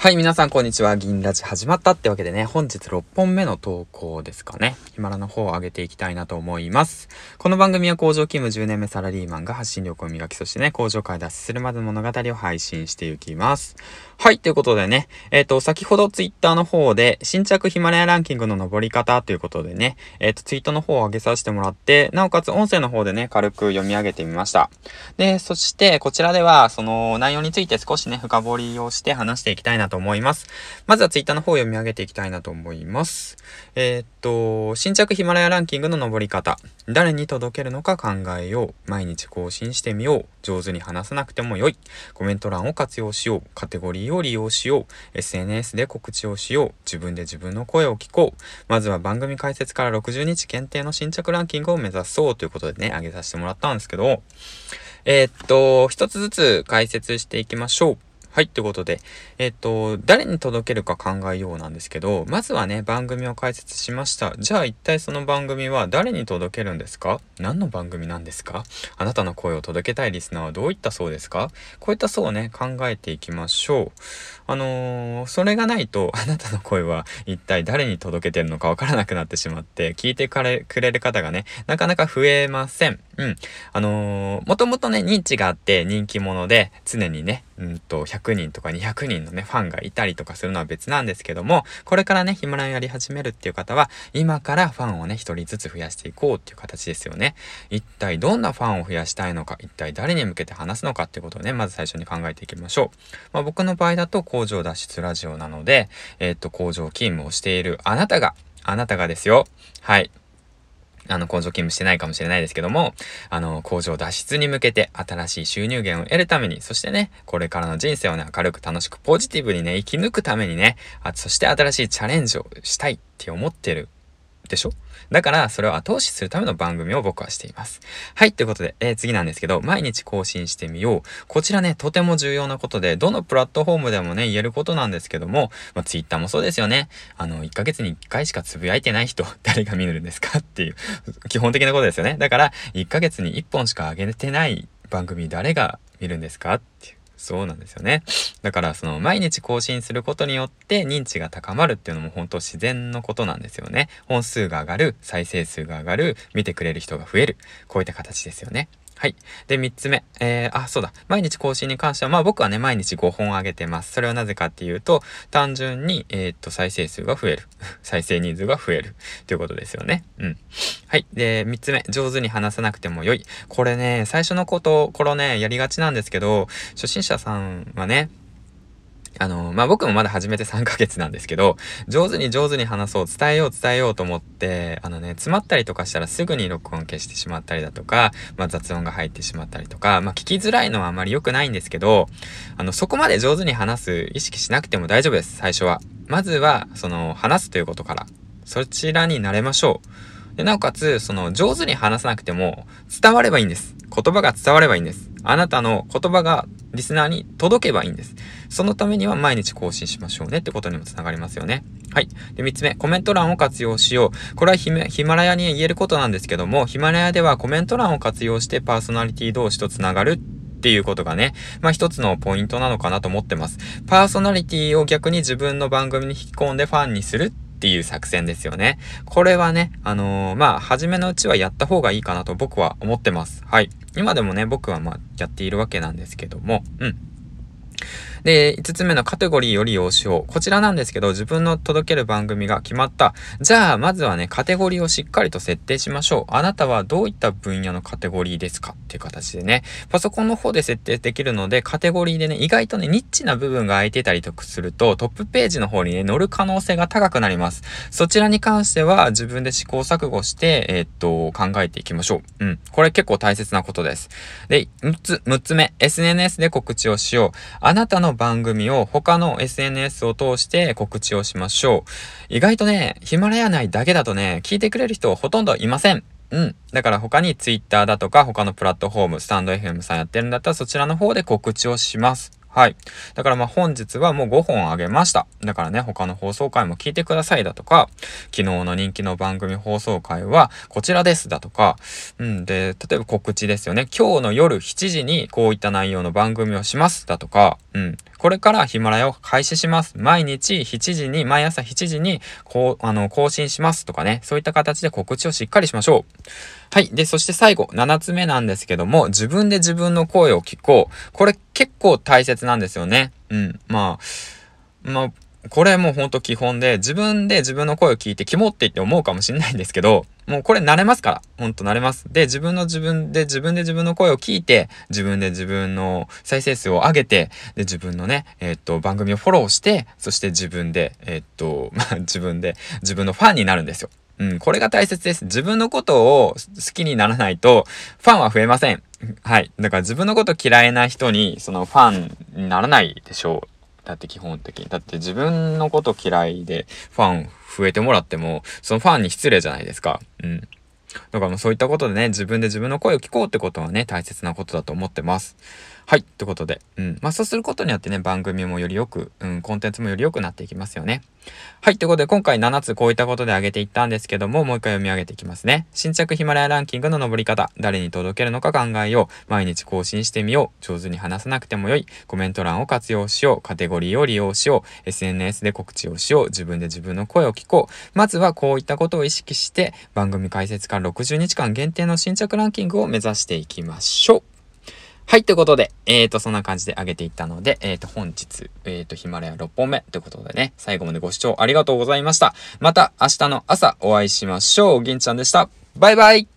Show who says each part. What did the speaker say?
Speaker 1: はい、皆さんこんにちは。銀ラジ始まったってわけでね、本日6本目の投稿ですかね。ヒマラの方を上げていきたいなと思います。この番組は工場勤務10年目サラリーマンが発信力を磨き、そしてね、工場から脱出するまでの物語を配信していきます。はい、ということでね、先ほどツイッターの方で、新着ヒマラヤランキングの登り方ということでね、ツイートの方を上げさせてもらって、なおかつ音声の方でね、軽く読み上げてみました。で、そしてこちらでは、その内容について少しね、深掘りをして話していきたいなと思います。まずはツイッターの方を読み上げていきたいなと思います。新着ヒマラヤランキングの登り方。誰に届けるのか考えよう。毎日更新してみよう。上手に話さなくてもよい。コメント欄を活用しよう。カテゴリーを利用しよう。SNS で告知をしよう。自分で自分の声を聞こう。まずは番組開設から60日限定の新着ランキングを目指そうということでね、上げさせてもらったんですけど、一つずつ解説していきましょう。はい、ということで、誰に届けるか考えようなんですけど、まずはね、番組を開設しました。じゃあ一体その番組は誰に届けるんですか？何の番組なんですか？あなたの声を届けたいリスナーはどういった層ですか？こういった層をね、考えていきましょう。それがないと、あなたの声は一体誰に届けてるのかわからなくなってしまって、聞いてくれる方がね、なかなか増えません。もともとね、認知があって人気者で、常にね、100人とか200人のね、ファンがいたりとかするのは別なんですけども、これからね、ヒマラヤやり始めるっていう方は、今からファンをね、一人ずつ増やしていこうっていう形ですよね。一体どんなファンを増やしたいのか、一体誰に向けて話すのかっていうことをね、まず最初に考えていきましょう。僕の場合だと工場脱出ラジオなので、工場勤務をしているあなたがですよ。はい。工場勤務してないかもしれないですけども、工場脱出に向けて新しい収入源を得るために、そしてね、これからの人生をね、明るく楽しくポジティブにね、生き抜くためにね、そして新しいチャレンジをしたいって思ってるでしょ？だからそれを後押しするための番組を僕はしています。はい、ということで、次なんですけど、毎日更新してみよう。こちらね、とても重要なことで、どのプラットフォームでもね、言えることなんですけども、Twitter もそうですよね。1ヶ月に1回しかつぶやいてない人、誰が見るんですかっていう、基本的なことですよね。だから、1ヶ月に1本しか上げてない番組、誰が見るんですかっていう。そうなんですよね。だから毎日更新することによって認知が高まるっていうのも本当自然のことなんですよね。本数が上がる、再生数が上がる、見てくれる人が増える。こういった形ですよね。はい。で、3つ目。そうだ。毎日更新に関しては、僕はね、毎日5本上げてます。それはなぜかっていうと、単純に、再生数が増える。再生人数が増える。ということですよね。うん。はい。で、3つ目。上手に話さなくても良い。これね、最初の頃ね、やりがちなんですけど、初心者さんはね、僕もまだ始めて3ヶ月なんですけど、上手に話そう、伝えようと思って、詰まったりとかしたらすぐに録音消してしまったりだとか、雑音が入ってしまったりとか、聞きづらいのはあまり良くないんですけど、そこまで上手に話す意識しなくても大丈夫です、最初は。まずは、話すということから、そちらに慣れましょう。で、なおかつ、上手に話さなくても、伝わればいいんです。言葉が伝わればいいんです。あなたの言葉がリスナーに届けばいいんです。そのためには毎日更新しましょうねってことにもつながりますよね。はい。で、3つ目、コメント欄を活用しよう。これはヒマラヤに言えることなんですけども、ヒマラヤではコメント欄を活用してパーソナリティ同士とつながるっていうことがね、一つのポイントなのかなと思ってます。パーソナリティを逆に自分の番組に引き込んでファンにするっていう作戦ですよね。これはね、初めのうちはやった方がいいかなと僕は思ってます。はい。今でもね、僕はやっているわけなんですけども、で、5つ目のカテゴリーを利用しよう。こちらなんですけど、自分の届ける番組が決まった。じゃあ、まずはね、カテゴリーをしっかりと設定しましょう。あなたはどういった分野のカテゴリーですかっていう形でね、パソコンの方で設定できるので、カテゴリーでね、意外とね、ニッチな部分が空いてたりとかすると、トップページの方にね、載る可能性が高くなります。そちらに関しては、自分で試行錯誤して、考えていきましょう。これ結構大切なことです。で、6つ目、SNS で告知をしよう。あなたの番組を他の SNS を通して告知をしましょう。意外とね、ヒマラヤ内だけだとね、聞いてくれる人ほとんどいません。だから他に Twitter だとか他のプラットフォーム、スタンド FM さんやってるんだったらそちらの方で告知をします。はい。だから本日はもう5本あげました。だからね、他の放送回も聞いてくださいだとか、昨日の人気の番組放送回はこちらですだとか、で、例えば告知ですよね。今日の夜7時にこういった内容の番組をしますだとか、 これからヒマラヤを開始します。毎朝7時に更新しますとかね、そういった形で告知をしっかりしましょう。はい。で、そして最後、7つ目なんですけども、自分で自分の声を聞こう。これ結構大切なんですよね。まあ、これもうほんと基本で、自分で自分の声を聞いてキモって言って思うかもしれないんですけど、もうこれ慣れますから。ほんと慣れます。で、自分で自分の声を聞いて、自分で自分の再生数を上げて、で、自分のね、番組をフォローして、そして自分で自分のファンになるんですよ。これが大切です。自分のことを好きにならないと、ファンは増えません。はい。だから自分のこと嫌いな人に、そのファンにならないでしょう。だって基本的に。だって自分のこと嫌いでファン増えてもらっても、そのファンに失礼じゃないですか。だからもうそういったことでね、自分で自分の声を聞こうってことはね、大切なことだと思ってます。はい。ってことで。そうすることによってね、番組もよりよく、コンテンツもより良くなっていきますよね。はい。ということで、今回7つこういったことで上げていったんですけども、もう一回読み上げていきますね。新着ヒマラヤランキングの登り方、誰に届けるのか考えよう。毎日更新してみよう。上手に話さなくてもよい。コメント欄を活用しよう。カテゴリーを利用しよう。SNS で告知をしよう。自分で自分の声を聞こう。まずはこういったことを意識して、番組開設から60日間限定の新着ランキングを目指していきましょう。はい、ということで、そんな感じで上げていったので、本日、ヒマラヤ6本目ということでね、最後までご視聴ありがとうございました。また明日の朝お会いしましょう。銀ちゃんでした。バイバイ。